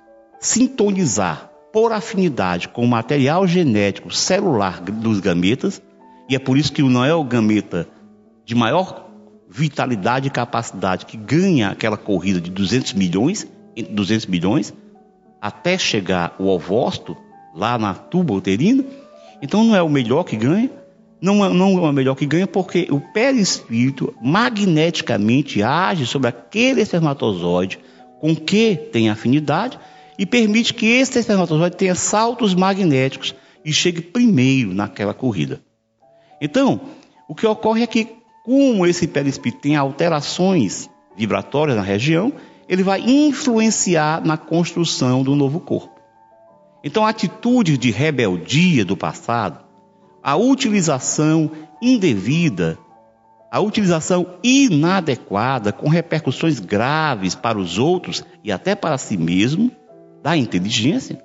sintonizar por afinidade com o material genético celular dos gametas, e é por isso que não é o gameta de maior vitalidade e capacidade que ganha aquela corrida de 200 milhões, entre 200 milhões, até chegar o ovócito, lá na tuba uterina. Então não é o melhor que ganha, não é o melhor que ganha, porque o perispírito magneticamente age sobre aquele espermatozoide com que tem afinidade e permite que esse espermatozoide tenha saltos magnéticos e chegue primeiro naquela corrida. Então, o que ocorre é que, como esse perispírito tem alterações vibratórias na região, ele vai influenciar na construção do novo corpo. Então, atitudes de rebeldia do passado, a utilização indevida, a utilização inadequada, com repercussões graves para os outros e até para si mesmo, da inteligência,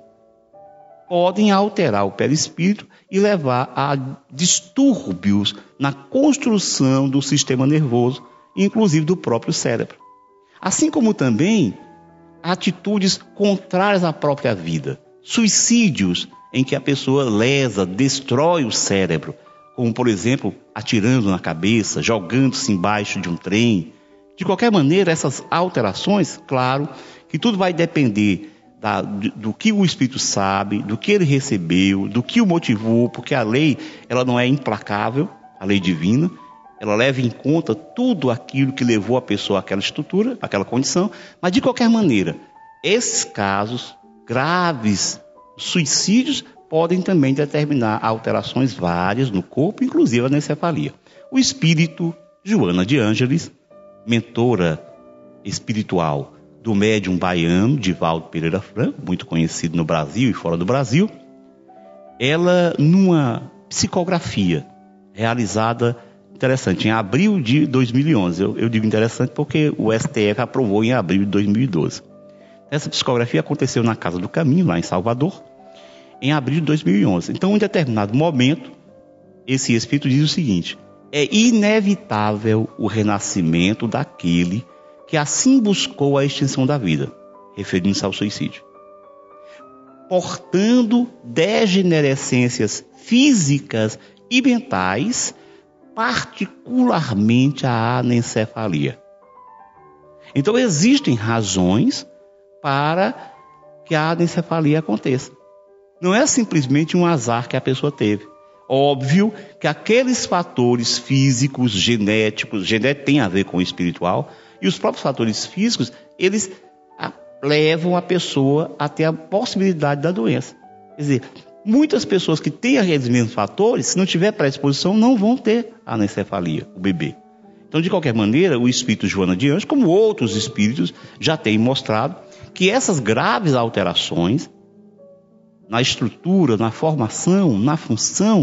podem alterar o perispírito e levar a distúrbios na construção do sistema nervoso, inclusive do próprio cérebro. Assim como também atitudes contrárias à própria vida, suicídios em que a pessoa lesa, destrói o cérebro, como por exemplo, atirando na cabeça, jogando-se embaixo de um trem. De qualquer maneira, essas alterações, claro, que tudo vai depender do que o espírito sabe, do que ele recebeu, do que o motivou, porque a lei, ela não é implacável, a lei divina, ela leva em conta tudo aquilo que levou a pessoa àquela estrutura, àquela condição, mas de qualquer maneira, esses casos graves, suicídios, podem também determinar alterações várias no corpo, inclusive a anencefalia. O espírito Joana de Ângeles, mentora espiritual do médium baiano, Divaldo Pereira Franco, muito conhecido no Brasil e fora do Brasil, ela, numa psicografia realizada, interessante, em abril de 2011, eu digo interessante porque o STF aprovou em abril de 2012. Essa psicografia aconteceu na Casa do Caminho, lá em Salvador, em abril de 2011. Então, em determinado momento, esse espírito diz o seguinte: é inevitável o renascimento daquele que assim buscou a extinção da vida, referindo-se ao suicídio, portando degenerescências físicas e mentais, particularmente a anencefalia. Então, existem razões para que a anencefalia aconteça. Não é simplesmente um azar que a pessoa teve. Óbvio que aqueles fatores físicos, genéticos tem a ver com o espiritual, e os próprios fatores físicos, eles levam a pessoa a ter a possibilidade da doença. Quer dizer, muitas pessoas que têm aqueles mesmos fatores, se não tiver predisposição, não vão ter a anencefalia, o bebê. Então, de qualquer maneira, o espírito Joana de Ângeles, como outros espíritos, já tem mostrado que essas graves alterações na estrutura, na formação, na função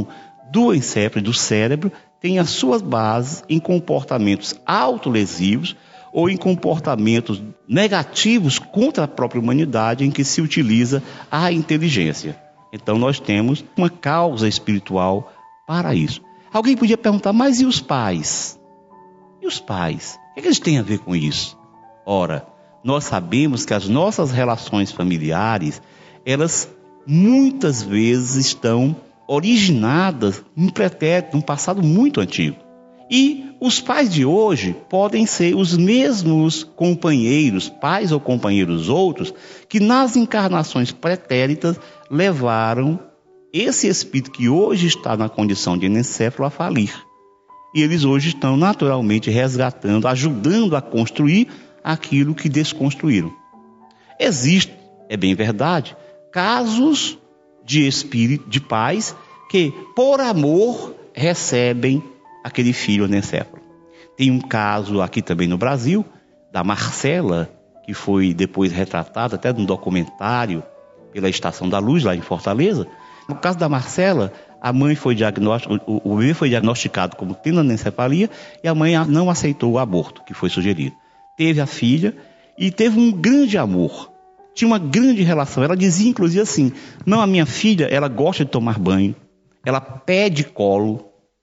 do encéfalo e do cérebro tem as suas bases em comportamentos autolesivos ou em comportamentos negativos contra a própria humanidade em que se utiliza a inteligência. Então nós temos uma causa espiritual para isso. Alguém podia perguntar, mas e os pais? E os pais? O que eles têm a ver com isso? Ora, nós sabemos que as nossas relações familiares, elas muitas vezes estão originadas num pretérito, num passado muito antigo. E os pais de hoje podem ser os mesmos companheiros, pais ou companheiros outros, que nas encarnações pretéritas levaram esse espírito que hoje está na condição de anencéfalo a falir. E eles hoje estão naturalmente resgatando, ajudando a construir aquilo que desconstruíram. Existe, é bem verdade, casos de espírito, de pais que, por amor, recebem aquele filho anencéfalo. Tem um caso aqui também no Brasil, da Marcela, que foi depois retratada até num documentário pela Estação da Luz, lá em Fortaleza. No caso da Marcela, a mãe foi o bebê foi diagnosticado como tendo anencefalia e a mãe não aceitou o aborto que foi sugerido. Teve a filha e teve um grande amor. Tinha uma grande relação. Ela dizia, inclusive, assim, não, a minha filha, ela gosta de tomar banho, ela pede colo.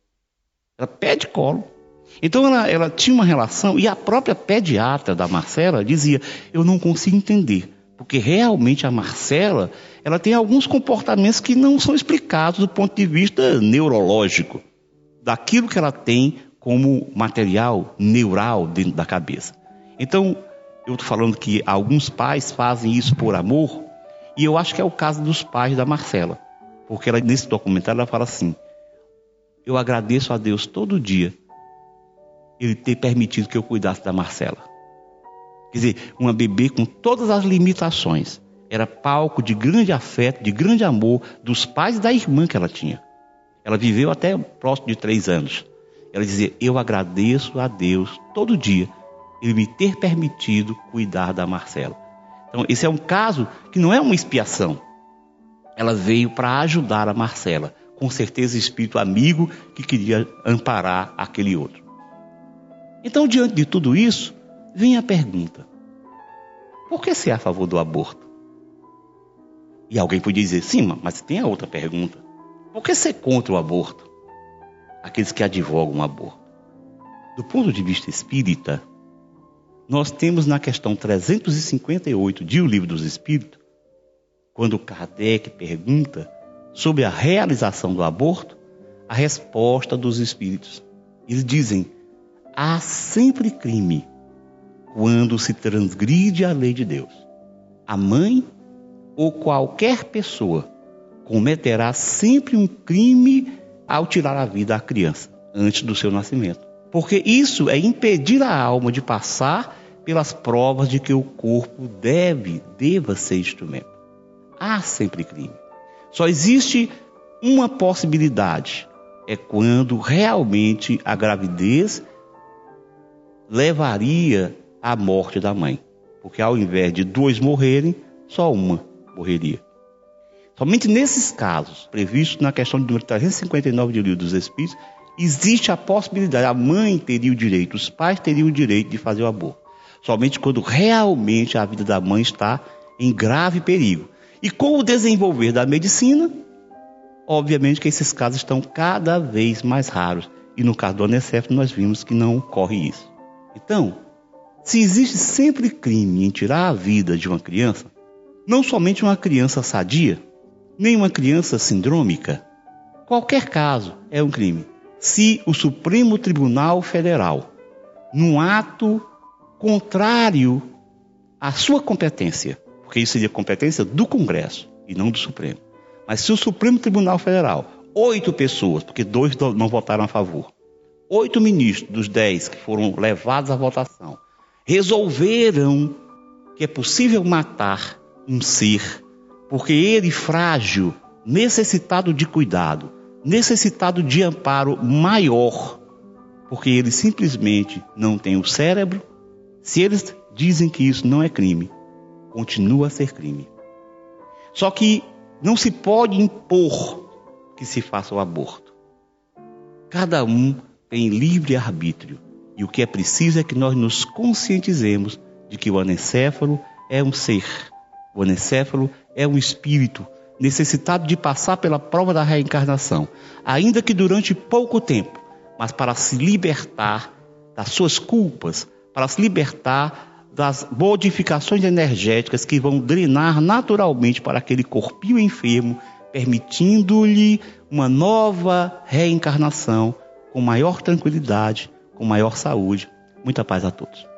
Ela pede colo. Então ela tinha uma relação, e a própria pediatra da Marcela dizia, eu não consigo entender, porque realmente a Marcela, ela tem alguns comportamentos que não são explicados do ponto de vista neurológico, daquilo que ela tem como material neural dentro da cabeça. Então, eu estou falando que alguns pais fazem isso por amor, e eu acho que é o caso dos pais da Marcela, porque ela, nesse documentário ela fala assim, eu agradeço a Deus todo dia Ele ter permitido que eu cuidasse da Marcela. Quer dizer, uma bebê com todas as limitações. Era palco de grande afeto, de grande amor dos pais e da irmã que ela tinha. Ela viveu até próximo de 3 anos. Ela dizia, eu agradeço a Deus todo dia Ele me ter permitido cuidar da Marcela. Então, esse é um caso que não é uma expiação. Ela veio para ajudar a Marcela. Com certeza, espírito amigo que queria amparar aquele outro. Então, diante de tudo isso, vem a pergunta: por que ser a favor do aborto? E alguém podia dizer, sim, mas tem a outra pergunta. Por que ser contra o aborto? Aqueles que advogam o aborto. Do ponto de vista espírita, nós temos na questão 358 de O Livro dos Espíritos, quando Kardec pergunta sobre a realização do aborto, a resposta dos espíritos. Eles dizem, há sempre crime quando se transgride a lei de Deus. A mãe ou qualquer pessoa cometerá sempre um crime ao tirar a vida à criança antes do seu nascimento. Porque isso é impedir a alma de passar pelas provas de que o corpo deva ser instrumento. Há sempre crime. Só existe uma possibilidade, é quando realmente a gravidez levaria à morte da mãe. Porque ao invés de 2 morrerem, só uma morreria. Somente nesses casos, previstos na questão de número 359 do Livro dos Espíritos, existe a possibilidade, a mãe teria o direito, os pais teriam o direito de fazer o aborto. Somente quando realmente a vida da mãe está em grave perigo. E com o desenvolver da medicina, obviamente que esses casos estão cada vez mais raros. E no caso do anencéfalo nós vimos que não ocorre isso. Então, se existe sempre crime em tirar a vida de uma criança, não somente uma criança sadia, nem uma criança sindrômica, qualquer caso é um crime. Se o Supremo Tribunal Federal, num ato contrário à sua competência, porque isso seria competência do Congresso e não do Supremo, mas se o Supremo Tribunal Federal, 8 pessoas, porque 2 não votaram a favor, 8 ministros dos 10 que foram levados à votação, resolveram que é possível matar um ser, porque ele frágil, necessitado de cuidado, necessitado de amparo maior, porque ele simplesmente não tem o cérebro. Se eles dizem que isso não é crime, continua a ser crime. Só que não se pode impor que se faça o aborto. Cada um tem livre arbítrio. E o que é preciso é que nós nos conscientizemos de que o anencéfalo é um ser. O anencéfalo é um espírito necessitado de passar pela prova da reencarnação, ainda que durante pouco tempo, mas para se libertar das suas culpas, para se libertar das modificações energéticas que vão drenar naturalmente para aquele corpinho enfermo, permitindo-lhe uma nova reencarnação com maior tranquilidade, com maior saúde. Muita paz a todos.